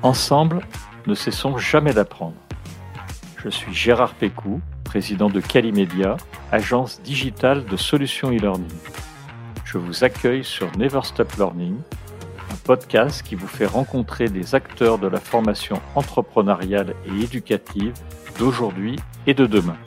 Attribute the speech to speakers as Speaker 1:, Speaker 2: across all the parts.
Speaker 1: Ensemble, ne cessons jamais d'apprendre. Je suis Gérard Pécou, président de Calimedia, agence digitale de solutions e-learning. Je vous accueille sur Never Stop Learning, un podcast qui vous fait rencontrer des acteurs de la formation entrepreneuriale et éducative d'aujourd'hui et de demain.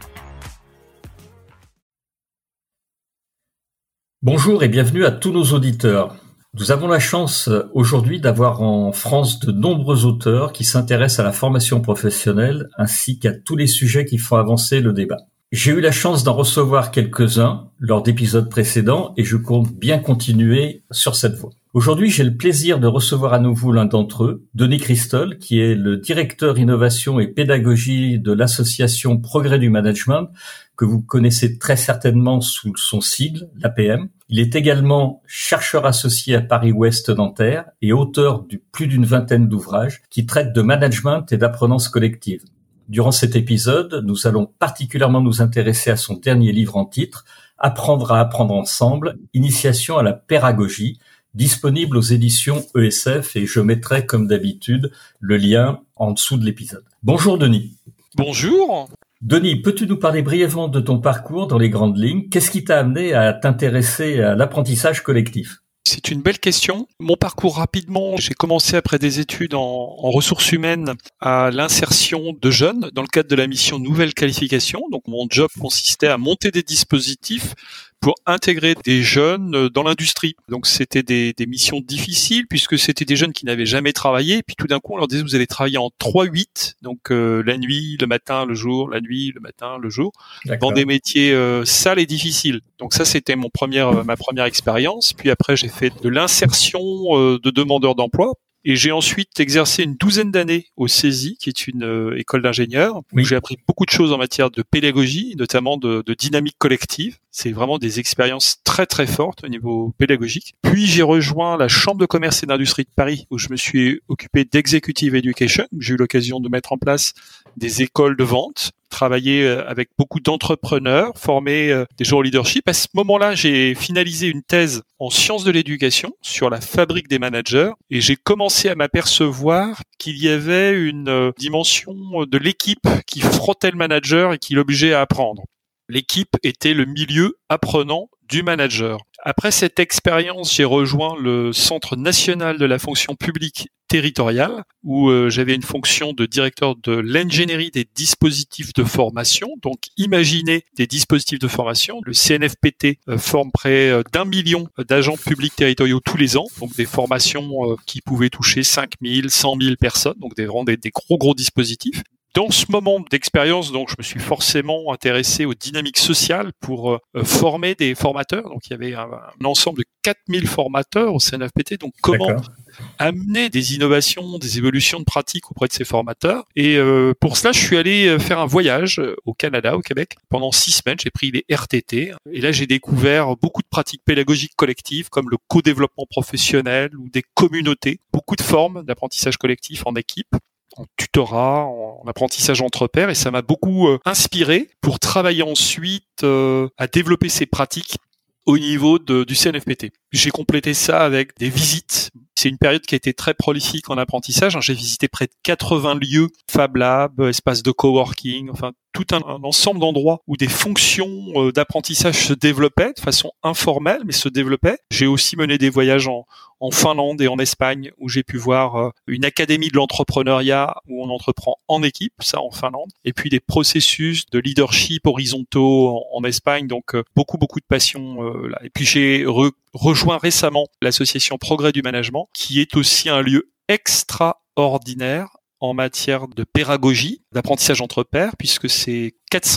Speaker 2: Bonjour et bienvenue à tous nos auditeurs. Nous avons la chance aujourd'hui d'avoir en France de nombreux auteurs qui s'intéressent à la formation professionnelle ainsi qu'à tous les sujets qui font avancer le débat. J'ai eu la chance d'en recevoir quelques-uns lors d'épisodes précédents et je compte bien continuer sur cette voie. Aujourd'hui, j'ai le plaisir de recevoir à nouveau l'un d'entre eux, Denis Christol, qui est le directeur innovation et pédagogie de l'association Progrès du Management, que vous connaissez très certainement sous son sigle, l'APM. Il est également chercheur associé à Paris-Ouest Nanterre et auteur de plus d'une vingtaine d'ouvrages qui traitent de management et d'apprenance collective. Durant cet épisode, nous allons particulièrement nous intéresser à son dernier livre en titre, Apprendre à apprendre ensemble, initiation à la pédagogie, disponible aux éditions ESF, et je mettrai comme d'habitude le lien en dessous de l'épisode. Bonjour Denis.
Speaker 3: Bonjour.
Speaker 2: Denis, peux-tu nous parler brièvement de ton parcours dans les grandes lignes ? Qu'est-ce qui t'a amené à t'intéresser à l'apprentissage collectif ?
Speaker 3: C'est une belle question. Mon parcours rapidement, j'ai commencé après des études en ressources humaines à l'insertion de jeunes dans le cadre de la mission Nouvelle Qualification. Donc mon job consistait à monter des dispositifs pour intégrer des jeunes dans l'industrie. Donc c'était des missions difficiles puisque c'était des jeunes qui n'avaient jamais travaillé. Et puis tout d'un coup, on leur disait vous allez travailler en 3-8, donc la nuit, le matin, le jour, la nuit, le matin, le jour, dans des métiers sales et difficiles. Donc ça, c'était ma première expérience. Puis après, j'ai fait de l'insertion de demandeurs d'emploi. Et j'ai ensuite exercé une douzaine d'années au CESI, qui est une école d'ingénieurs, où j'ai appris beaucoup de choses en matière de pédagogie, notamment de dynamique collective. C'est vraiment des expériences très très fortes au niveau pédagogique. Puis j'ai rejoint la Chambre de commerce et d'industrie de Paris, où je me suis occupé d'executive education. J'ai eu l'occasion de mettre en place des écoles de vente, travailler avec beaucoup d'entrepreneurs, former des gens au leadership. À ce moment-là, j'ai finalisé une thèse en sciences de l'éducation sur la fabrique des managers et j'ai commencé à m'apercevoir qu'il y avait une dimension de l'équipe qui frottait le manager et qui l'obligeait à apprendre. L'équipe était le milieu apprenant du manager. Après cette expérience, j'ai rejoint le Centre national de la fonction publique territoriale où j'avais une fonction de directeur de l'ingénierie des dispositifs de formation. Donc imaginez des dispositifs de formation. Le CNFPT forme près d'1 million d'agents publics territoriaux tous les ans. Donc des formations qui pouvaient toucher 5 000, 100 000 personnes. Donc des gros dispositifs. Dans ce moment d'expérience, donc, je me suis forcément intéressé aux dynamiques sociales pour former des formateurs. Donc, il y avait un ensemble de 4000 formateurs au CNFPT. Donc, comment amener des innovations, des évolutions de pratiques auprès de ces formateurs. Et pour cela, je suis allé faire un voyage au Canada, au Québec. Pendant 6 semaines, j'ai pris les RTT. Et là, j'ai découvert beaucoup de pratiques pédagogiques collectives, comme le co-développement professionnel ou des communautés. Beaucoup de formes d'apprentissage collectif en équipe, en tutorat, en apprentissage entre pairs, et ça m'a beaucoup inspiré pour travailler ensuite à développer ces pratiques au niveau du CNFPT. J'ai complété ça avec des visites. C'est une période qui a été très prolifique en apprentissage. J'ai visité près de 80 lieux, Fab Lab, espaces de coworking, enfin tout un ensemble d'endroits où des fonctions d'apprentissage se développaient de façon informelle, mais se développaient. J'ai aussi mené des voyages en Finlande et en Espagne où j'ai pu voir une académie de l'entrepreneuriat où on entreprend en équipe, ça en Finlande, et puis des processus de leadership horizontaux en Espagne, donc beaucoup de passion là. Et puis j'ai rejoint récemment l'association Progrès du Management, qui est aussi un lieu extraordinaire en matière de pédagogie, d'apprentissage entre pairs, puisque c'est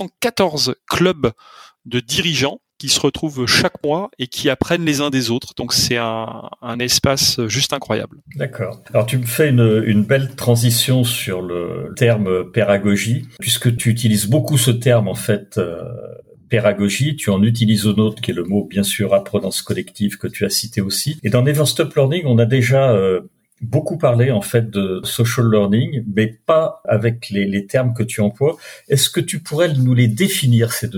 Speaker 3: 414 clubs de dirigeants qui se retrouvent chaque mois et qui apprennent les uns des autres. Donc c'est un espace juste incroyable.
Speaker 2: D'accord. Alors tu me fais une belle transition sur le terme pédagogie, puisque tu utilises beaucoup ce terme en fait. Pédagogie, tu en utilises un autre qui est le mot bien sûr apprenance collective que tu as cité aussi. Et dans Never Stop Learning, on a déjà beaucoup parlé en fait de social learning, mais pas avec les termes que tu emploies. Est-ce que tu pourrais nous les définir ces deux termes ?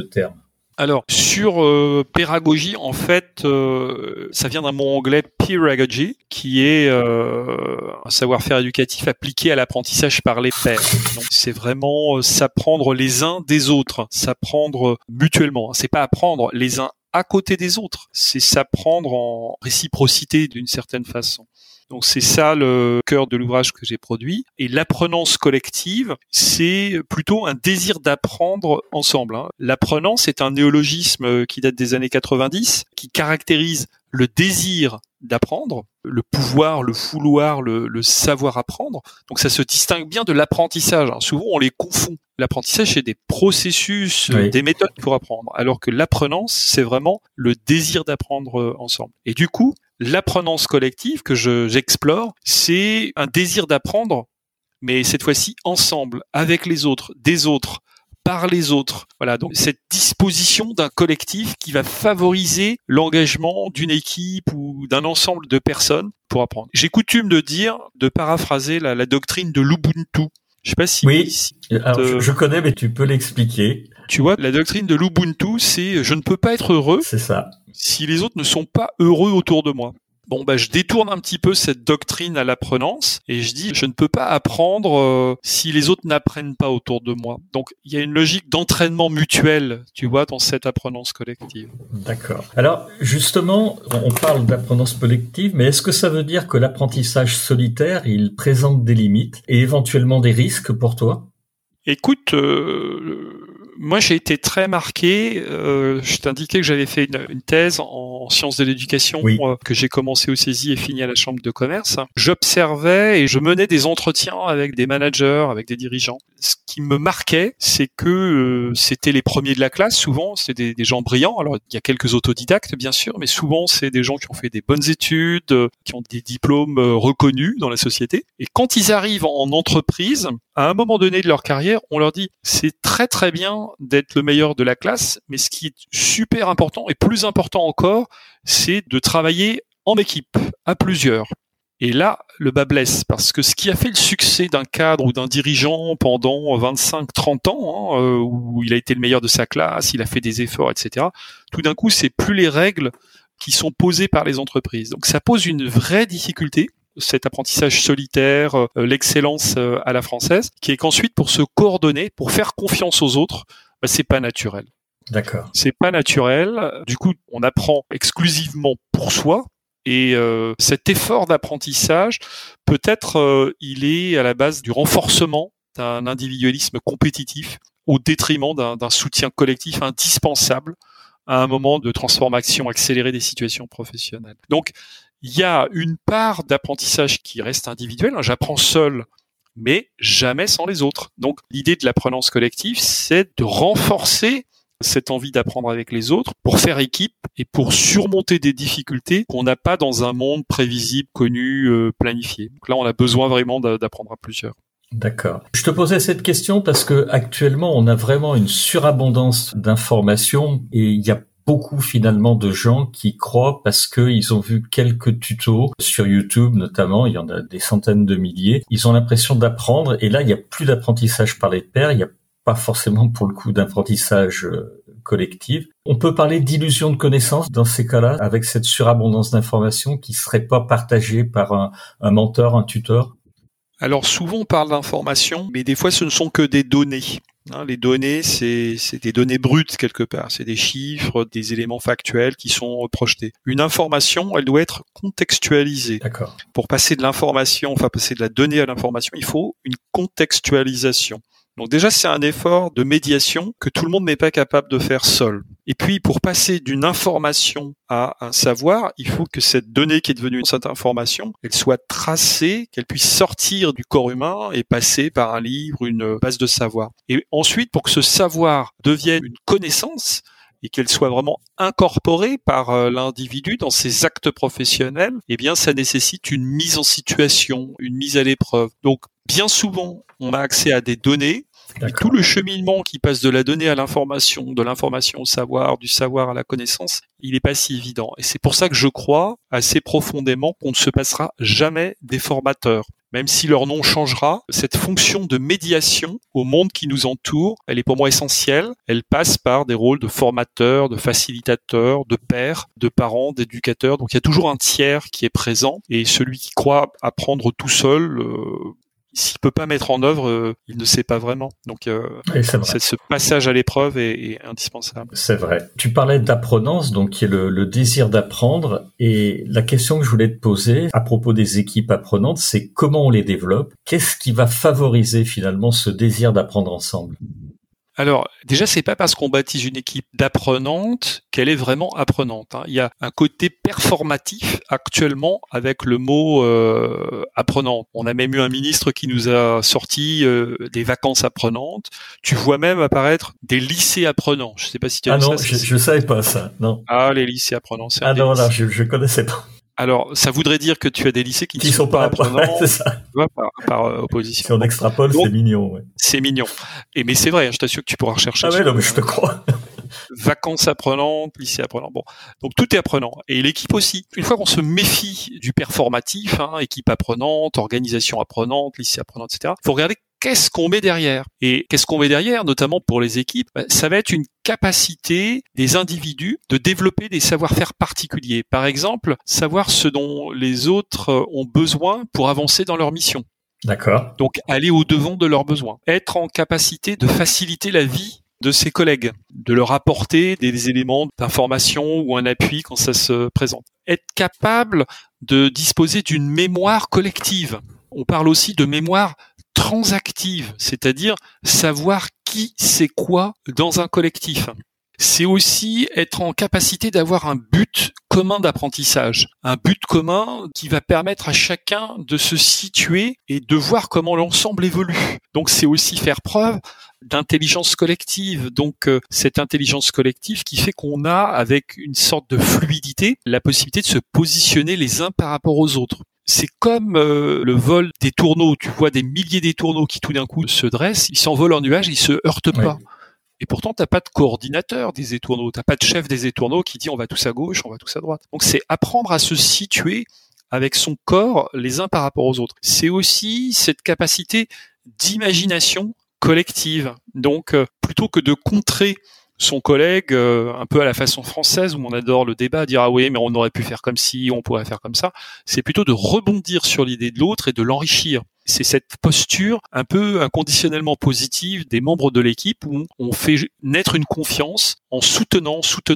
Speaker 3: Alors, sur pédagogie, en fait, ça vient d'un mot anglais peeragogy, qui est un savoir-faire éducatif appliqué à l'apprentissage par les pairs. Donc, c'est vraiment s'apprendre les uns des autres, s'apprendre mutuellement. C'est pas apprendre les uns à côté des autres, c'est s'apprendre en réciprocité d'une certaine façon. Donc c'est ça le cœur de l'ouvrage que j'ai produit. Et l'apprenance collective, c'est plutôt un désir d'apprendre ensemble. L'apprenance est un néologisme qui date des années 90, qui caractérise le désir d'apprendre, le pouvoir, le vouloir, le savoir apprendre. Donc ça se distingue bien de l'apprentissage. Souvent on les confond. L'apprentissage, c'est des processus, des méthodes pour apprendre, alors que l'apprenance, c'est vraiment le désir d'apprendre ensemble. Et du coup, l'apprenance collective que j'explore, c'est un désir d'apprendre, mais cette fois-ci ensemble, avec les autres, des autres, par les autres. Voilà, donc cette disposition d'un collectif qui va favoriser l'engagement d'une équipe ou d'un ensemble de personnes pour apprendre. J'ai coutume de paraphraser la doctrine de l'Ubuntu. Je sais pas si...
Speaker 2: Oui, alors, je connais, mais tu peux l'expliquer.
Speaker 3: Tu vois, la doctrine de l'Ubuntu, c'est « je ne peux pas être heureux »
Speaker 2: C'est ça.
Speaker 3: Si les autres ne sont pas heureux autour de moi. Bon, je détourne un petit peu cette doctrine à l'apprenance et je dis je ne peux pas apprendre si les autres n'apprennent pas autour de moi. Donc il y a une logique d'entraînement mutuel, tu vois, dans cette apprenance collective.
Speaker 2: D'accord. Alors justement, on parle d'apprenance collective, mais est-ce que ça veut dire que l'apprentissage solitaire, il présente des limites et éventuellement des risques pour toi ?
Speaker 3: Écoute, moi j'ai été très marqué. Je t'indiquais que j'avais fait une thèse en sciences de l'éducation que j'ai commencé au CESI et fini à la Chambre de commerce. J'observais et je menais des entretiens avec des managers, avec des dirigeants. Ce qui me marquait, c'est que c'était les premiers de la classe. Souvent, c'était des gens brillants. Alors il y a quelques autodidactes bien sûr, mais souvent c'est des gens qui ont fait des bonnes études, qui ont des diplômes reconnus dans la société. Et quand ils arrivent en entreprise, à un moment donné de leur carrière, on leur dit c'est très très bien d'être le meilleur de la classe, mais ce qui est super important et plus important encore, c'est de travailler en équipe, à plusieurs. Et là, le bas blesse, parce que ce qui a fait le succès d'un cadre ou d'un dirigeant pendant 25-30 ans, où il a été le meilleur de sa classe, il a fait des efforts, etc., tout d'un coup, c'est plus les règles qui sont posées par les entreprises. Donc ça pose une vraie difficulté, cet apprentissage solitaire, l'excellence à la française, qui est qu'ensuite, pour se coordonner, pour faire confiance aux autres, c'est pas naturel.
Speaker 2: D'accord.
Speaker 3: C'est pas naturel. Du coup, on apprend exclusivement pour soi. Et cet effort d'apprentissage, peut-être, il est à la base du renforcement d'un individualisme compétitif au détriment d'un soutien collectif indispensable à un moment de transformation accélérée des situations professionnelles. Donc, il y a une part d'apprentissage qui reste individuelle. J'apprends seul, mais jamais sans les autres. Donc, l'idée de l'apprenance collective, c'est de renforcer cette envie d'apprendre avec les autres pour faire équipe et pour surmonter des difficultés qu'on n'a pas dans un monde prévisible, connu, planifié. Donc là, on a besoin vraiment d'apprendre à plusieurs.
Speaker 2: D'accord. Je te posais cette question parce que actuellement, on a vraiment une surabondance d'informations et il y a beaucoup finalement de gens qui croient parce qu'ils ont vu quelques tutos sur YouTube notamment, il y en a des centaines de milliers, ils ont l'impression d'apprendre et là, il n'y a plus d'apprentissage par les pairs, il n'y a pas forcément pour le coup d'apprentissage collectif. On peut parler d'illusion de connaissance dans ces cas-là, avec cette surabondance d'informations qui serait pas partagée par un mentor, un tuteur.
Speaker 3: Alors souvent on parle d'informations, mais des fois ce ne sont que des données. Les données, c'est des données brutes quelque part, c'est des chiffres, des éléments factuels qui sont projetés. Une information, elle doit être contextualisée.
Speaker 2: D'accord.
Speaker 3: Pour passer de l'information, passer de la donnée à l'information, il faut une contextualisation. Donc déjà, c'est un effort de médiation que tout le monde n'est pas capable de faire seul. Et puis, pour passer d'une information à un savoir, il faut que cette donnée qui est devenue cette information, elle soit tracée, qu'elle puisse sortir du corps humain et passer par un livre, une base de savoir. Et ensuite, pour que ce savoir devienne une connaissance, et qu'elle soit vraiment incorporée par l'individu dans ses actes professionnels, eh bien, ça nécessite une mise en situation, une mise à l'épreuve. Donc, bien souvent, on a accès à des données, Et tout le cheminement qui passe de la donnée à l'information, de l'information au savoir, du savoir à la connaissance, il n'est pas si évident. Et c'est pour ça que je crois assez profondément qu'on ne se passera jamais des formateurs. Même si leur nom changera, cette fonction de médiation au monde qui nous entoure, elle est pour moi essentielle. Elle passe par des rôles de formateurs, de facilitateurs, de pères, de parents, d'éducateurs. Donc il y a toujours un tiers qui est présent. Et celui qui croit apprendre tout seul, s'il peut pas mettre en œuvre, il ne sait pas vraiment. Donc ce passage à l'épreuve est indispensable.
Speaker 2: C'est vrai. Tu parlais d'apprenance, donc qui est le désir d'apprendre. Et la question que je voulais te poser à propos des équipes apprenantes, c'est comment on les développe? Qu'est-ce qui va favoriser finalement ce désir d'apprendre ensemble?
Speaker 3: Alors, déjà, c'est pas parce qu'on baptise une équipe d'apprenantes qu'elle est vraiment apprenante. Il y a un côté performatif actuellement avec le mot apprenante. On a même eu un ministre qui nous a sorti des vacances apprenantes. Tu vois même apparaître des lycées apprenants. Je sais pas si tu as vu ça.
Speaker 2: Ah non, je savais pas ça. Non.
Speaker 3: Ah, les lycées apprenants.
Speaker 2: Ah non, là, je connaissais pas.
Speaker 3: Alors, ça voudrait dire que tu as des lycées qui ne sont pas apprenants,
Speaker 2: ouais, c'est ça.
Speaker 3: par opposition.
Speaker 2: Si on extrapole, c'est mignon. Ouais.
Speaker 3: C'est mignon. Mais c'est vrai, je t'assure que tu pourras rechercher.
Speaker 2: Ah ouais, non, mais je te crois.
Speaker 3: Vacances apprenantes, lycée apprenant. Bon, donc tout est apprenant. Et l'équipe aussi. Une fois qu'on se méfie du performatif, équipe apprenante, organisation apprenante, lycée apprenant, etc., faut regarder qu'est-ce qu'on met derrière. Et qu'est-ce qu'on met derrière, notamment pour les équipes, ça va être une capacité des individus de développer des savoir-faire particuliers. Par exemple, savoir ce dont les autres ont besoin pour avancer dans leur mission.
Speaker 2: D'accord.
Speaker 3: Donc aller au-devant de leurs besoins. Être en capacité de faciliter la vie de ses collègues, de leur apporter des éléments d'information ou un appui quand ça se présente. Être capable de disposer d'une mémoire collective. On parle aussi de mémoire transactive, c'est-à-dire savoir qui c'est quoi dans un collectif. C'est aussi être en capacité d'avoir un but commun d'apprentissage, un but commun qui va permettre à chacun de se situer et de voir comment l'ensemble évolue. Donc c'est aussi faire preuve d'intelligence collective. Donc cette intelligence collective qui fait qu'on a, avec une sorte de fluidité, la possibilité de se positionner les uns par rapport aux autres. C'est comme le vol des tourneaux. Tu vois des milliers d'étourneaux qui tout d'un coup se dressent, ils s'envolent en nuages, ils se heurtent pas. Oui. Et pourtant, t'as pas de coordinateur des étourneaux, t'as pas de chef des étourneaux qui dit on va tous à gauche, on va tous à droite. Donc c'est apprendre à se situer avec son corps les uns par rapport aux autres. C'est aussi cette capacité d'imagination collective. Donc plutôt que de contrer son collègue un peu à la façon française où on adore le débat, dire ah oui mais on aurait pu faire comme ci, on pourrait faire comme ça, c'est plutôt de rebondir sur l'idée de l'autre et de l'enrichir. C'est cette posture un peu inconditionnellement positive des membres de l'équipe où on fait naître une confiance en soutenant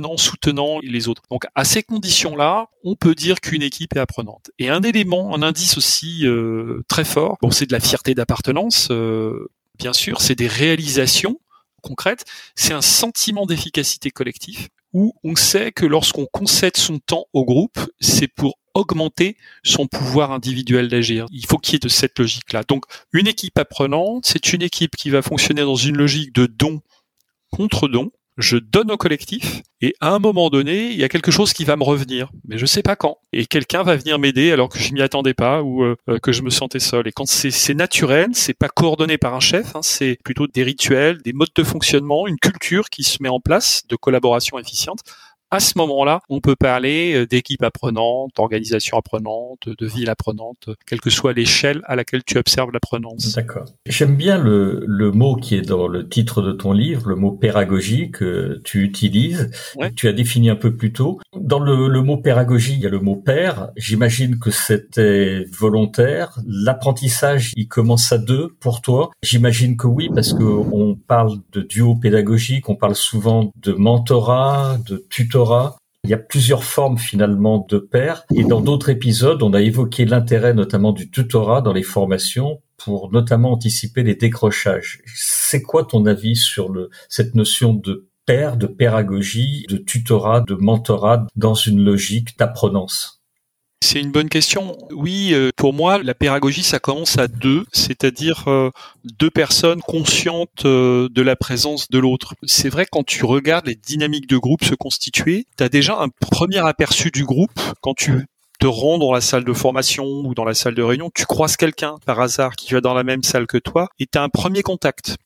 Speaker 3: les autres. Donc à ces conditions-là, on peut dire qu'une équipe est apprenante. Et un élément, un indice aussi très fort, bon c'est de la fierté d'appartenance, bien sûr, c'est des réalisations concrète, c'est un sentiment d'efficacité collectif où on sait que lorsqu'on concède son temps au groupe, c'est pour augmenter son pouvoir individuel d'agir. Il faut qu'il y ait de cette logique-là. Donc, une équipe apprenante, c'est une équipe qui va fonctionner dans une logique de don contre don. Je donne au collectif et à un moment donné, il y a quelque chose qui va me revenir, mais je sais pas quand. Et quelqu'un va venir m'aider alors que je m'y attendais pas ou que je me sentais seul. Et quand c'est naturel, c'est pas coordonné par un chef, c'est plutôt des rituels, des modes de fonctionnement, une culture qui se met en place de collaboration efficiente. À ce moment-là, on peut parler d'équipe apprenante, d'organisation apprenante, de ville apprenante, quelle que soit l'échelle à laquelle tu observes l'apprenance.
Speaker 2: D'accord. J'aime bien le mot qui est dans le titre de ton livre, le mot pédagogie que tu utilises. Ouais. Tu as défini un peu plus tôt. Dans le mot pédagogie, il y a le mot père. J'imagine que c'était volontaire. L'apprentissage, il commence à deux pour toi. J'imagine que oui, parce que on parle de duo pédagogique, on parle souvent de mentorat, de tutorat. Il y a plusieurs formes finalement de pairs et dans d'autres épisodes, on a évoqué l'intérêt notamment du tutorat dans les formations pour notamment anticiper les décrochages. C'est quoi ton avis sur cette notion de pair, de pédagogie, de tutorat, de mentorat dans une logique d'apprenance ?
Speaker 3: C'est une bonne question. Oui, pour moi, la pédagogie, ça commence à deux, c'est-à-dire deux personnes conscientes de la présence de l'autre. C'est vrai, quand tu regardes les dynamiques de groupe se constituer, tu as déjà un premier aperçu du groupe quand tu te rends dans la salle de formation ou dans la salle de réunion, tu croises quelqu'un par hasard qui va dans la même salle que toi et tu as un premier contact.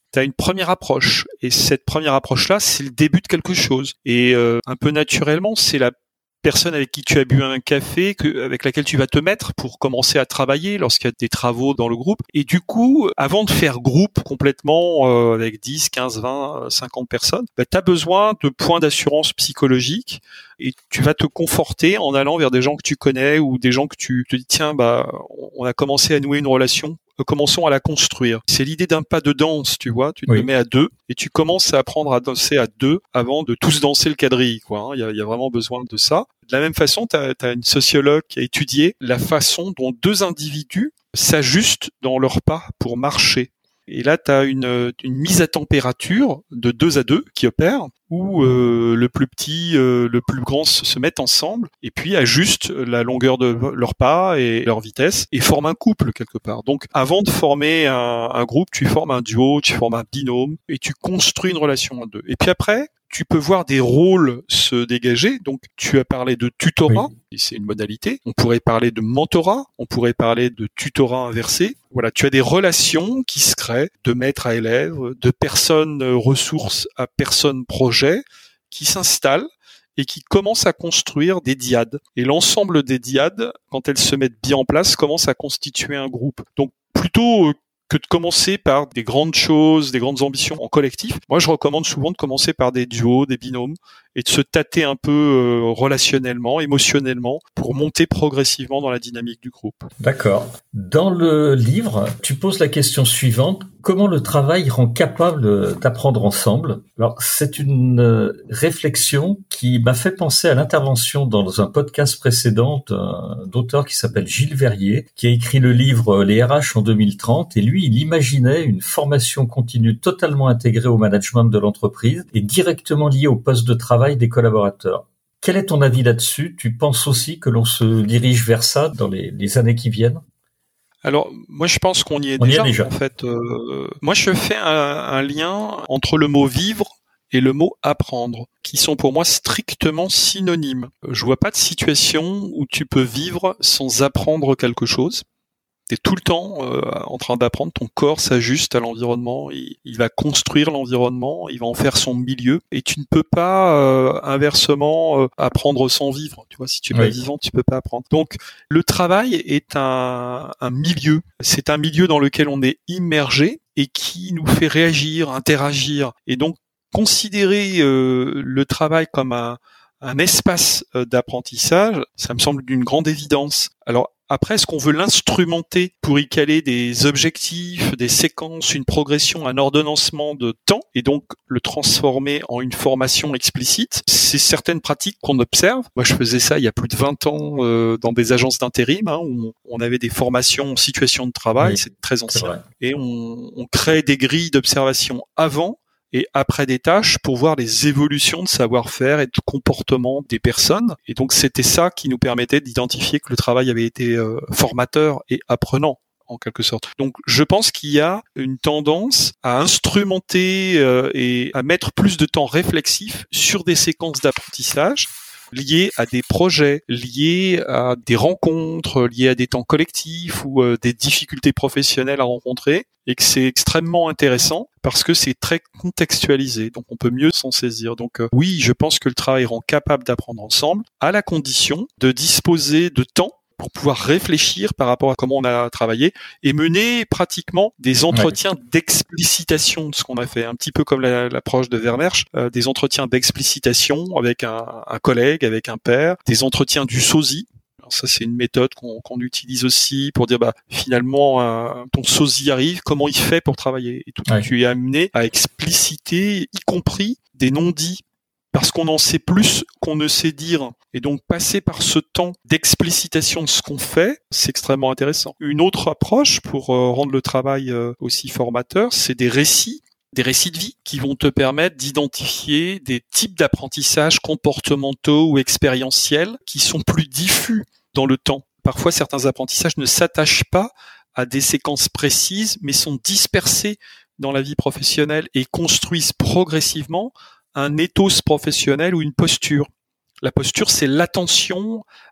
Speaker 3: tu as une première approche. Et cette première approche-là, c'est le début de quelque chose. Et un peu naturellement, c'est la personne avec qui tu as bu un café, avec laquelle tu vas te mettre pour commencer à travailler lorsqu'il y a des travaux dans le groupe. Et du coup, avant de faire groupe complètement avec 10, 15, 20, 50 personnes, tu as besoin de points d'assurance psychologique et tu vas te conforter en allant vers des gens que tu connais ou des gens que tu te dis tiens, on a commencé à nouer une relation. Commençons à la construire. C'est l'idée d'un pas de danse, tu vois. Tu te mets à deux et tu commences à apprendre à danser à deux avant de tous danser le quadrille, quoi. Il y a vraiment besoin de ça. De la même façon, t'as une sociologue qui a étudié la façon dont deux individus s'ajustent dans leur pas pour marcher. Et là, tu as une mise à température de 2 à 2 qui opère, où le plus petit, le plus grand se mettent ensemble et puis ajustent la longueur de leur pas et leur vitesse et forment un couple quelque part. Donc, avant de former un groupe, tu formes un duo, tu formes un binôme et tu construis une relation à deux. Et puis après, tu peux voir des rôles se dégager. Donc, tu as parlé de tutorat, et c'est une modalité. On pourrait parler de mentorat, on pourrait parler de tutorat inversé. Voilà, tu as des relations qui se créent de maître à élève, de personne ressource à personne projet, qui s'installent et qui commencent à construire des dyades. Et l'ensemble des dyades, quand elles se mettent bien en place, commencent à constituer un groupe. Donc, plutôt que de commencer par des grandes choses, des grandes ambitions en collectif. Moi, je recommande souvent de commencer par des duos, des binômes, et de se tâter un peu relationnellement, émotionnellement, pour monter progressivement dans la dynamique du groupe.
Speaker 2: D'accord. Dans le livre, tu poses la question suivante. Comment le travail rend capable d'apprendre ensemble? Alors, c'est une réflexion qui m'a fait penser à l'intervention dans un podcast précédent d'auteur qui s'appelle Gilles Verrier, qui a écrit le livre Les RH en 2030. Et lui, il imaginait une formation continue totalement intégrée au management de l'entreprise et directement liée au poste de travail des collaborateurs. Quel est ton avis là-dessus? Tu penses aussi que l'on se dirige vers ça dans les années qui viennent?
Speaker 3: Alors, moi, je pense qu'on y est déjà. En fait, moi, je fais un lien entre le mot vivre et le mot apprendre, qui sont pour moi strictement synonymes. Je vois pas de situation où tu peux vivre sans apprendre quelque chose. T'es tout le temps en train d'apprendre, ton corps s'ajuste à l'environnement, il va construire l'environnement, il va en faire son milieu, et tu ne peux pas inversement apprendre sans vivre. Tu vois, si tu es pas vivant, tu peux pas apprendre. Donc, le travail est un milieu. C'est un milieu dans lequel on est immergé et qui nous fait réagir, interagir. Et donc, considérer le travail comme un espace d'apprentissage, ça me semble d'une grande évidence. Alors, après, est-ce qu'on veut l'instrumenter pour y caler des objectifs, des séquences, une progression, un ordonnancement de temps, et donc le transformer en une formation explicite? C'est certaines pratiques qu'on observe. Moi, je faisais ça il y a plus de 20 ans dans des agences d'intérim, où on avait des formations en situation de travail, c'est très ancien, et on crée des grilles d'observation avant et après des tâches pour voir les évolutions de savoir-faire et de comportement des personnes. Et donc, c'était ça qui nous permettait d'identifier que le travail avait été formateur et apprenant, en quelque sorte. Donc, je pense qu'il y a une tendance à instrumenter et à mettre plus de temps réflexif sur des séquences d'apprentissage liées à des projets, liées à des rencontres, liées à des temps collectifs ou des difficultés professionnelles à rencontrer, et que c'est extrêmement intéressant parce que c'est très contextualisé, donc on peut mieux s'en saisir. Donc oui, je pense que le travail rend capable d'apprendre ensemble, à la condition de disposer de temps pour pouvoir réfléchir par rapport à comment on a travaillé et mener pratiquement des entretiens d'explicitation de ce qu'on a fait, un petit peu comme l'approche de Vermersch, des entretiens d'explicitation avec un collègue, avec un père, des entretiens du sosie. Alors ça, c'est une méthode qu'on utilise aussi pour dire finalement ton sosie arrive, comment il fait pour travailler, et tout. Tu es amené à expliciter, y compris des non-dits, parce qu'on en sait plus qu'on ne sait dire. Et donc, passer par ce temps d'explicitation de ce qu'on fait, c'est extrêmement intéressant. Une autre approche pour rendre le travail aussi formateur, c'est des récits de vie qui vont te permettre d'identifier des types d'apprentissages comportementaux ou expérientiels qui sont plus diffus dans le temps. Parfois, certains apprentissages ne s'attachent pas à des séquences précises, mais sont dispersés dans la vie professionnelle et construisent progressivement un ethos professionnel ou une posture. La posture, c'est l'attention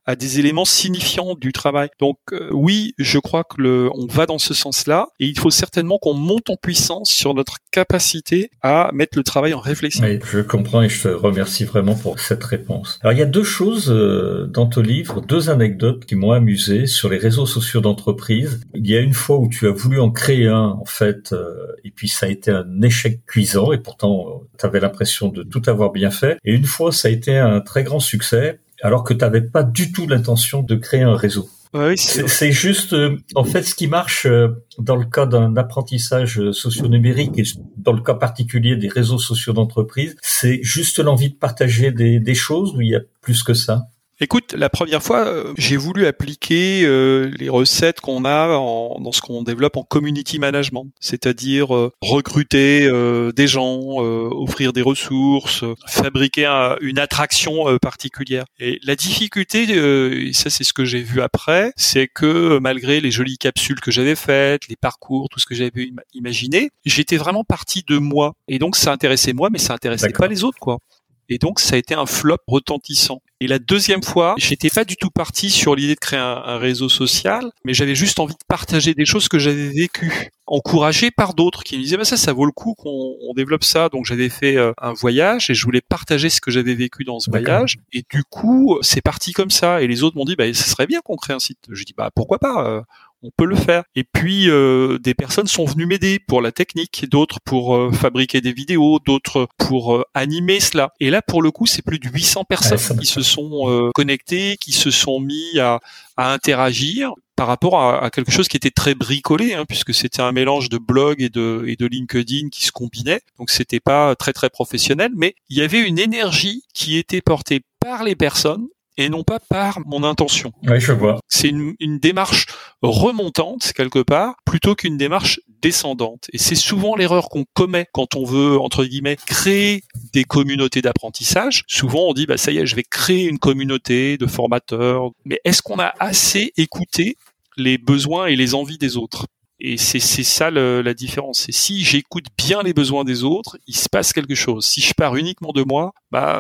Speaker 3: à des éléments signifiants du travail. Donc oui, je crois que on va dans ce sens-là, et il faut certainement qu'on monte en puissance sur notre capacité à mettre le travail en réflexion.
Speaker 2: Oui, je comprends et je te remercie vraiment pour cette réponse. Alors il y a deux choses dans ton livre, deux anecdotes qui m'ont amusé sur les réseaux sociaux d'entreprise. Il y a une fois où tu as voulu en créer un, en fait, et puis ça a été un échec cuisant, et pourtant tu avais l'impression de tout avoir bien fait. Et une fois, ça a été un très grand succès, alors que tu n'avais pas du tout l'intention de créer un réseau.
Speaker 3: Oui,
Speaker 2: c'est juste, en fait, ce qui marche dans le cas d'un apprentissage socio-numérique et dans le cas particulier des réseaux sociaux d'entreprise, c'est juste l'envie de partager des choses, ou il y a plus que ça?
Speaker 3: Écoute, la première fois, j'ai voulu appliquer les recettes qu'on a dans ce qu'on développe en community management, c'est-à-dire recruter des gens, offrir des ressources, fabriquer une attraction particulière. Et la difficulté, et ça c'est ce que j'ai vu après, c'est que malgré les jolies capsules que j'avais faites, les parcours, tout ce que j'avais imaginé, j'étais vraiment parti de moi. Et donc ça intéressait moi, mais ça intéressait pas les autres, quoi. Et donc, ça a été un flop retentissant. Et la deuxième fois, j'étais pas du tout parti sur l'idée de créer un réseau social, mais j'avais juste envie de partager des choses que j'avais vécues, encouragé par d'autres qui me disaient, ça vaut le coup qu'on développe ça. Donc, j'avais fait un voyage et je voulais partager ce que j'avais vécu dans ce voyage. Et du coup, c'est parti comme ça. Et les autres m'ont dit, ça serait bien qu'on crée un site. Je dis, pourquoi pas? On peut le faire. Et puis, des personnes sont venues m'aider pour la technique, d'autres pour fabriquer des vidéos, d'autres pour animer cela. Et là, pour le coup, c'est plus de 800 personnes qui se sont connectées, qui se sont mis à interagir par rapport à quelque chose qui était très bricolé, puisque c'était un mélange de blog et de LinkedIn qui se combinait. Donc, c'était pas très, très professionnel, mais il y avait une énergie qui était portée par les personnes et non pas par mon intention.
Speaker 2: Oui, je vois.
Speaker 3: C'est une démarche remontante, quelque part, plutôt qu'une démarche descendante. Et c'est souvent l'erreur qu'on commet quand on veut, entre guillemets, créer des communautés d'apprentissage. Souvent, on dit, ça y est, je vais créer une communauté de formateurs. Mais est-ce qu'on a assez écouté les besoins et les envies des autres ? Et c'est ça la différence. C'est si j'écoute bien les besoins des autres, il se passe quelque chose. Si je pars uniquement de moi,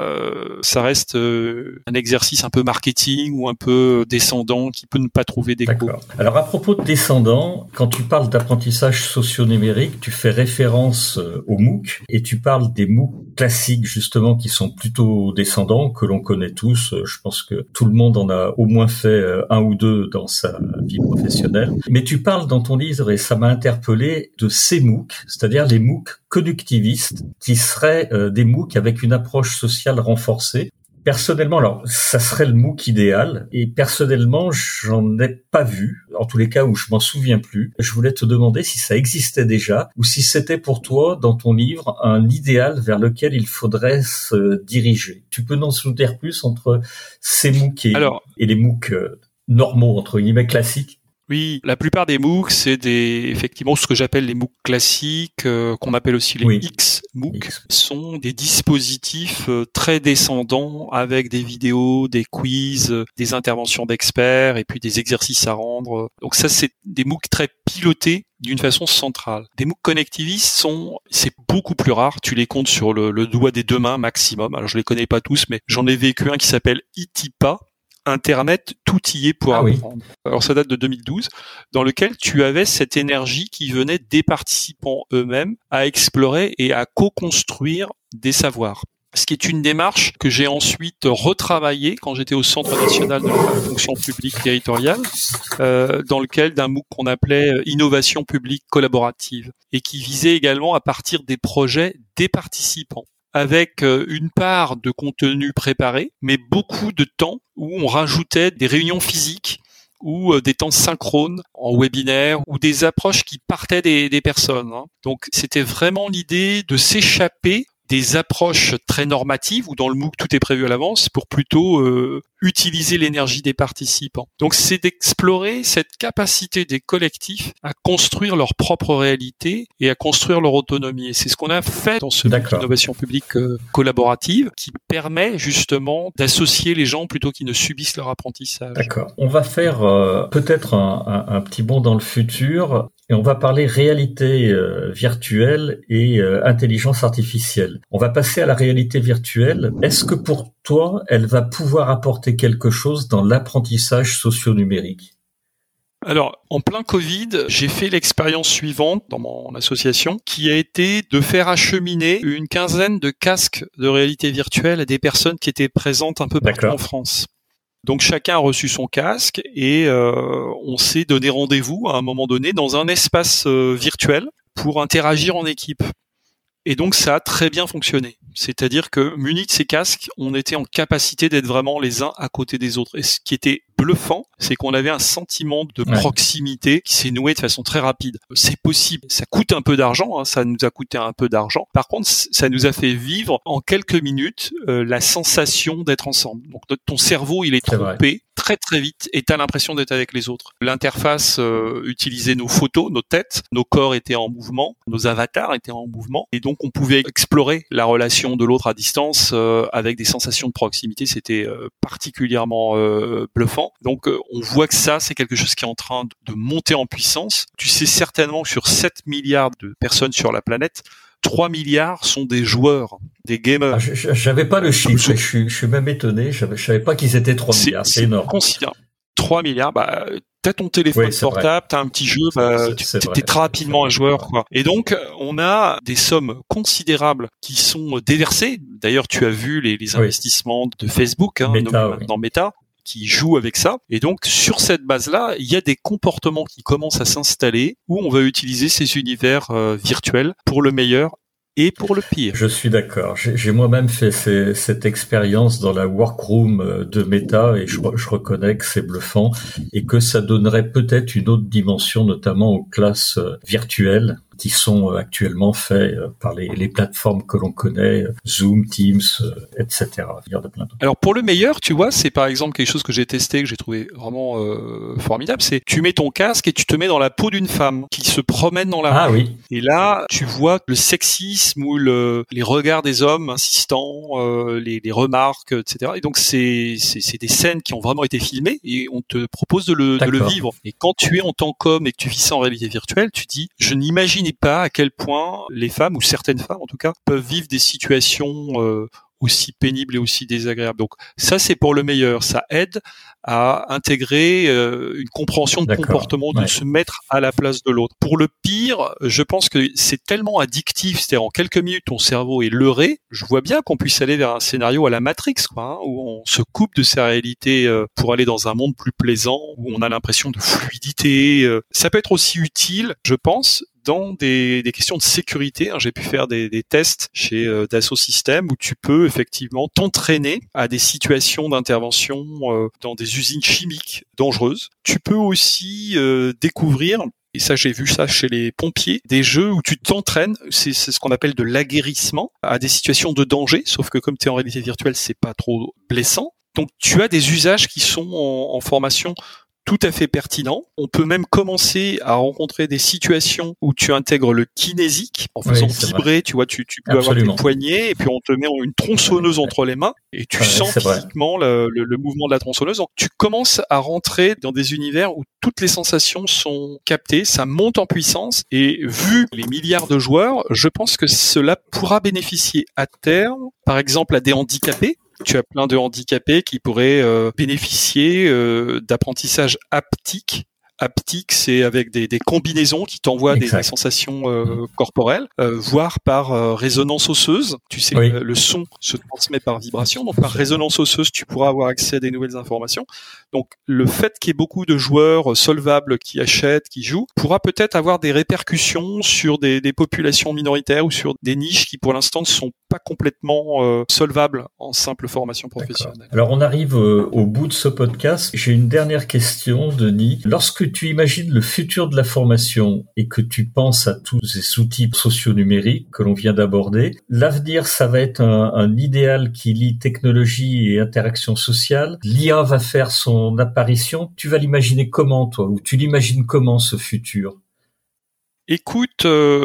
Speaker 3: ça reste un exercice un peu marketing ou un peu descendant qui peut ne pas trouver d'écho.
Speaker 2: D'accord. Alors à propos de descendant, quand tu parles d'apprentissage socio-numérique, tu fais référence aux MOOC et tu parles des MOOC classiques justement qui sont plutôt descendants, que l'on connaît tous. Je pense que tout le monde en a au moins fait un ou deux dans sa vie professionnelle. Mais tu parles dans ton livre, et ça m'a interpellé, de ces MOOC, c'est-à-dire les MOOC conductivistes, qui seraient des MOOC avec une approche sociale renforcée. Personnellement, alors ça serait le MOOC idéal, et personnellement, j'en ai pas vu, en tous les cas où je m'en souviens plus. Je voulais te demander si ça existait déjà, ou si c'était pour toi, dans ton livre, un idéal vers lequel il faudrait se diriger. Tu peux nous en dire plus entre ces MOOC et les MOOC normaux, entre guillemets, classiques?
Speaker 3: Oui, la plupart des MOOC, c'est effectivement ce que j'appelle les MOOC classiques, qu'on appelle aussi les X-MOOC, sont des dispositifs très descendants avec des vidéos, des quiz, des interventions d'experts et puis des exercices à rendre. Donc ça, c'est des MOOC très pilotés d'une façon centrale. Des MOOC connectivistes c'est beaucoup plus rare. Tu les comptes sur le doigt des deux mains maximum. Alors je les connais pas tous, mais j'en ai vécu un qui s'appelle ITIPA. Internet, tout y est pour apprendre. Oui. Alors ça date de 2012, dans lequel tu avais cette énergie qui venait des participants eux-mêmes à explorer et à co-construire des savoirs. Ce qui est une démarche que j'ai ensuite retravaillée quand j'étais au Centre national de la fonction publique territoriale, dans lequel d'un MOOC qu'on appelait Innovation publique collaborative, et qui visait également à partir des projets des participants, avec une part de contenu préparé, mais beaucoup de temps où on rajoutait des réunions physiques ou des temps synchrones en webinaire ou des approches qui partaient des personnes. Donc c'était vraiment l'idée de s'échapper des approches très normatives où dans le MOOC tout est prévu à l'avance pour plutôt utiliser l'énergie des participants. Donc c'est d'explorer cette capacité des collectifs à construire leur propre réalité et à construire leur autonomie. Et c'est ce qu'on a fait dans ce MOOC innovation publique collaborative qui permet justement d'associer les gens plutôt qu'ils ne subissent leur apprentissage.
Speaker 2: D'accord. On va faire peut-être un petit bond dans le futur. et on va parler réalité virtuelle et intelligence artificielle. On va passer à la réalité virtuelle. Est-ce que pour toi, elle va pouvoir apporter quelque chose dans l'apprentissage socio-numérique ?
Speaker 3: Alors, en plein Covid, j'ai fait l'expérience suivante dans mon association, qui a été de faire acheminer une quinzaine de casques de réalité virtuelle à des personnes qui étaient présentes un peu partout en France. Donc chacun a reçu son casque et on s'est donné rendez-vous à un moment donné dans un espace virtuel pour interagir en équipe. Et donc ça a très bien fonctionné. C'est-à-dire que munis de ces casques, on était en capacité d'être vraiment les uns à côté des autres. Et ce qui était bluffant, c'est qu'on avait un sentiment de proximité qui s'est noué de façon très rapide. C'est possible, ça coûte un peu d'argent, ça nous a coûté un peu d'argent. Par contre, ça nous a fait vivre en quelques minutes la sensation d'être ensemble. Donc ton cerveau, il est trompé très très vite et t'as l'impression d'être avec les autres. L'interface utilisait nos photos, nos têtes, nos corps étaient en mouvement, nos avatars étaient en mouvement et donc on pouvait explorer la relation de l'autre à distance avec des sensations de proximité. C'était particulièrement bluffant. Donc on voit que ça, c'est quelque chose qui est en train de monter en puissance. Tu sais certainement que sur 7 milliards de personnes sur la planète, 3 milliards sont des joueurs, des gamers.
Speaker 2: Ah, j'avais pas le chiffre, je suis même étonné, je savais pas qu'ils étaient 3 milliards, c'est énorme.
Speaker 3: Considérable. 3 milliards, t'as ton téléphone portable, t'as un petit jeu, t'es très rapidement un joueur, quoi. Et donc, on a des sommes considérables qui sont déversées. D'ailleurs, tu as vu les investissements de Facebook, maintenant Meta, qui joue avec ça. Et donc, sur cette base-là, il y a des comportements qui commencent à s'installer où on va utiliser ces univers virtuels pour le meilleur et pour le pire.
Speaker 2: Je suis d'accord. J'ai moi-même fait cette expérience dans la workroom de Meta et je reconnais que c'est bluffant et que ça donnerait peut-être une autre dimension, notamment aux classes virtuelles qui sont actuellement faits par les plateformes que l'on connaît, Zoom, Teams, etc.
Speaker 3: Alors pour le meilleur, tu vois, c'est par exemple quelque chose que j'ai testé, que j'ai trouvé vraiment formidable, c'est tu mets ton casque et tu te mets dans la peau d'une femme qui se promène dans la rue.
Speaker 2: Oui.
Speaker 3: Et là, tu vois le sexisme ou les regards des hommes insistants, les remarques, etc. Et donc c'est des scènes qui ont vraiment été filmées et on te propose de le vivre. Et quand tu es en tant qu'homme et que tu vis ça en réalité virtuelle, tu dis, je n'imagine pas à quel point les femmes, ou certaines femmes en tout cas, peuvent vivre des situations aussi pénibles et aussi désagréables. Donc ça, c'est pour le meilleur. Ça aide à intégrer une compréhension de comportement, de se mettre à la place de l'autre. Pour le pire, je pense que c'est tellement addictif, c'est-à-dire en quelques minutes, ton cerveau est leurré. Je vois bien qu'on puisse aller vers un scénario à la Matrix, quoi, où on se coupe de sa réalité pour aller dans un monde plus plaisant, où on a l'impression de fluidité. Ça peut être aussi utile, je pense, dans des questions de sécurité. J'ai pu faire des tests chez Dassault Systèmes où tu peux effectivement t'entraîner à des situations d'intervention dans des usines chimiques dangereuses. Tu peux aussi découvrir, et ça j'ai vu ça chez les pompiers, des jeux où tu t'entraînes, c'est ce qu'on appelle de l'aguerrissement, à des situations de danger, sauf que comme tu es en réalité virtuelle, c'est pas trop blessant. Donc tu as des usages qui sont en formation tout à fait pertinent. On peut même commencer à rencontrer des situations où tu intègres le kinésique en faisant vibrer, tu vois, tu peux avoir des poignets et puis on te met une tronçonneuse entre les mains et tu sens physiquement le mouvement de la tronçonneuse. Donc tu commences à rentrer dans des univers où toutes les sensations sont captées, ça monte en puissance et vu les milliards de joueurs, je pense que cela pourra bénéficier à terme, par exemple, à des handicapés. Tu as plein de handicapés qui pourraient bénéficier d'apprentissage haptique. Haptique, c'est avec des combinaisons qui t'envoient des sensations corporelles, voire par résonance osseuse. Tu sais, le son se transmet par vibration, donc par résonance osseuse, tu pourras avoir accès à des nouvelles informations. Donc, le fait qu'il y ait beaucoup de joueurs solvables qui achètent, qui jouent, pourra peut-être avoir des répercussions sur des populations minoritaires ou sur des niches qui, pour l'instant, ne sont pas complètement solvables en simple formation professionnelle.
Speaker 2: Alors, on arrive au bout de ce podcast. J'ai une dernière question, Denis. Lorsque tu imagines le futur de la formation et que tu penses à tous ces outils socio-numériques que l'on vient d'aborder, l'avenir, ça va être un idéal qui lie technologie et interaction sociale. L'IA va faire son apparition. Tu vas l'imaginer comment, toi? Ou tu l'imagines comment, ce futur?
Speaker 3: Écoute,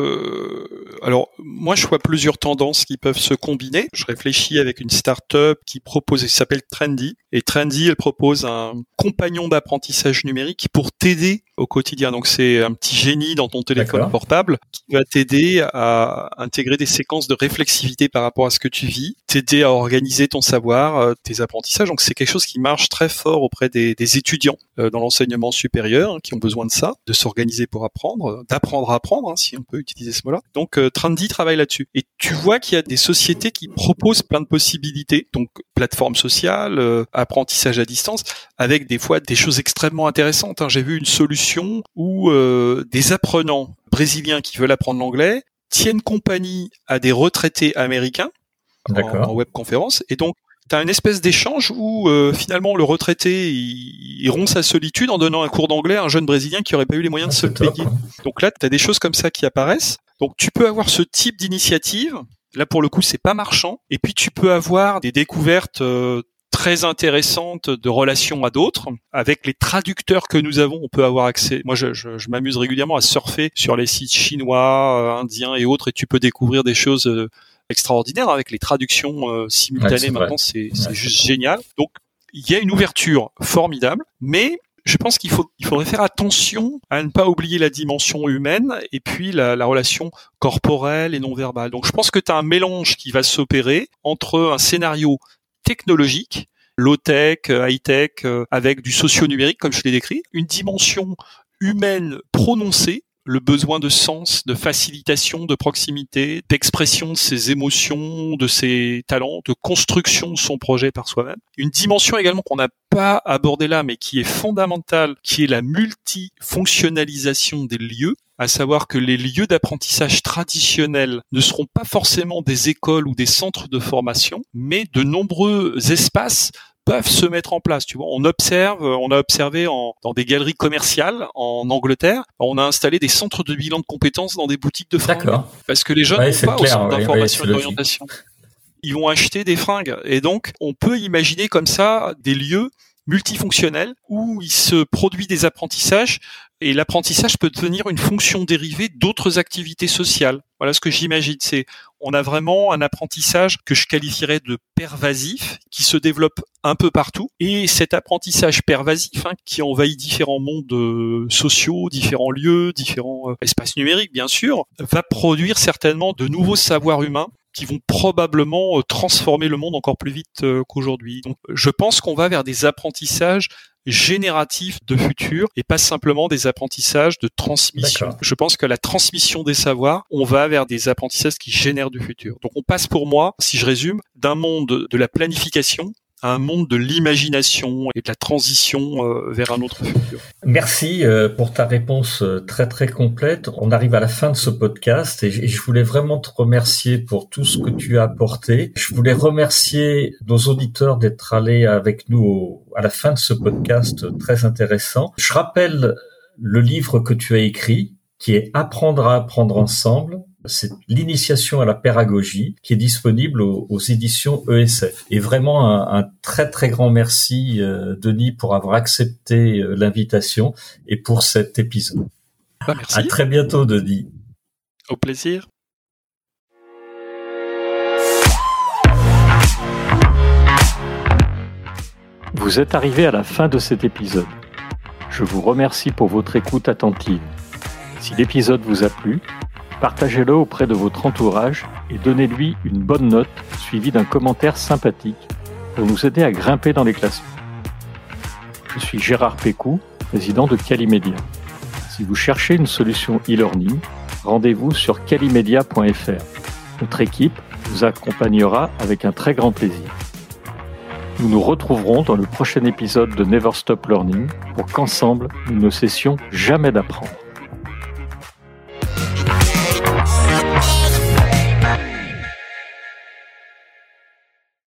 Speaker 3: alors moi je vois plusieurs tendances qui peuvent se combiner. Je réfléchis avec une start-up qui s'appelle Trendy. Et Trendy, elle propose un compagnon d'apprentissage numérique pour t'aider au quotidien. Donc c'est un petit génie dans ton téléphone portable qui va t'aider à intégrer des séquences de réflexivité par rapport à ce que tu vis, t'aider à organiser ton savoir, tes apprentissages. Donc c'est quelque chose qui marche très fort auprès des étudiants dans l'enseignement supérieur qui ont besoin de ça, de s'organiser pour apprendre, d'apprendre à apprendre, si on peut utiliser ce mot-là. Donc Trendy travaille là-dessus. Et tu vois qu'il y a des sociétés qui proposent plein de possibilités, donc plateforme sociale, apprentissage à distance, avec des fois des choses extrêmement intéressantes. J'ai vu une solution où des apprenants brésiliens qui veulent apprendre l'anglais tiennent compagnie à des retraités américains en webconférence, et donc tu as une espèce d'échange où finalement le retraité il rompt sa solitude en donnant un cours d'anglais à un jeune brésilien qui aurait pas eu les moyens de se le payer. Donc là tu as des choses comme ça qui apparaissent. Donc tu peux avoir ce type d'initiative. Là pour le coup c'est pas marchand. Et puis tu peux avoir des découvertes très intéressantes de relations à d'autres. Avec les traducteurs que nous avons, on peut avoir accès. Moi, je m'amuse régulièrement à surfer sur les sites chinois, indiens et autres, et tu peux découvrir des choses extraordinaires avec les traductions simultanées. Maintenant, c'est juste génial. Donc, il y a une ouverture formidable, mais je pense qu'il faudrait faire attention à ne pas oublier la dimension humaine et puis la relation corporelle et non verbale. Donc, je pense que tu as un mélange qui va s'opérer entre un scénario technologique, low-tech, high-tech, avec du socio-numérique, comme je l'ai décrit, une dimension humaine prononcée, le besoin de sens, de facilitation, de proximité, d'expression de ses émotions, de ses talents, de construction de son projet par soi-même. Une dimension également qu'on n'a pas abordée là, mais qui est fondamentale, qui est la multifonctionnalisation des lieux, à savoir que les lieux d'apprentissage traditionnels ne seront pas forcément des écoles ou des centres de formation, mais de nombreux espaces peuvent se mettre en place. Tu vois, on a observé dans des galeries commerciales en Angleterre, on a installé des centres de bilan de compétences dans des boutiques de fringues. Parce que les jeunes n'ont pas au centre d'information et d'orientation. Ils vont acheter des fringues. Et donc, on peut imaginer comme ça des lieux multifonctionnels où il se produit des apprentissages et l'apprentissage peut devenir une fonction dérivée d'autres activités sociales. Voilà ce que j'imagine. On a vraiment un apprentissage que je qualifierais de pervasif qui se développe un peu partout et cet apprentissage pervasif qui envahit différents mondes sociaux, différents lieux, différents espaces numériques bien sûr, va produire certainement de nouveaux savoirs humains qui vont probablement transformer le monde encore plus vite qu'aujourd'hui. Donc, je pense qu'on va vers des apprentissages génératifs de futur et pas simplement des apprentissages de transmission. D'accord. Je pense que la transmission des savoirs, on va vers des apprentissages qui génèrent du futur. Donc, on passe pour moi, si je résume, d'un monde de la planification à un monde de l'imagination et de la transition vers un autre futur.
Speaker 2: Merci pour ta réponse très très complète. On arrive à la fin de ce podcast et je voulais vraiment te remercier pour tout ce que tu as apporté. Je voulais remercier nos auditeurs d'être allés avec nous à la fin de ce podcast très intéressant. Je rappelle le livre que tu as écrit qui est Apprendre à apprendre ensemble. C'est l'initiation à la pédagogie qui est disponible aux éditions ESF. Et vraiment un très très grand merci Denis pour avoir accepté l'invitation et pour cet épisode.
Speaker 3: Merci.
Speaker 2: À très bientôt Denis.
Speaker 3: Au plaisir.
Speaker 1: Vous êtes arrivé à la fin de cet épisode. Je vous remercie pour votre écoute attentive. Si l'épisode vous a plu, partagez-le auprès de votre entourage et donnez-lui une bonne note suivie d'un commentaire sympathique pour nous aider à grimper dans les classements. Je suis Gérard Pécou, président de Calimedia. Si vous cherchez une solution e-learning, rendez-vous sur calimedia.fr. Notre équipe vous accompagnera avec un très grand plaisir. Nous nous retrouverons dans le prochain épisode de Never Stop Learning pour qu'ensemble, nous ne cessions jamais d'apprendre.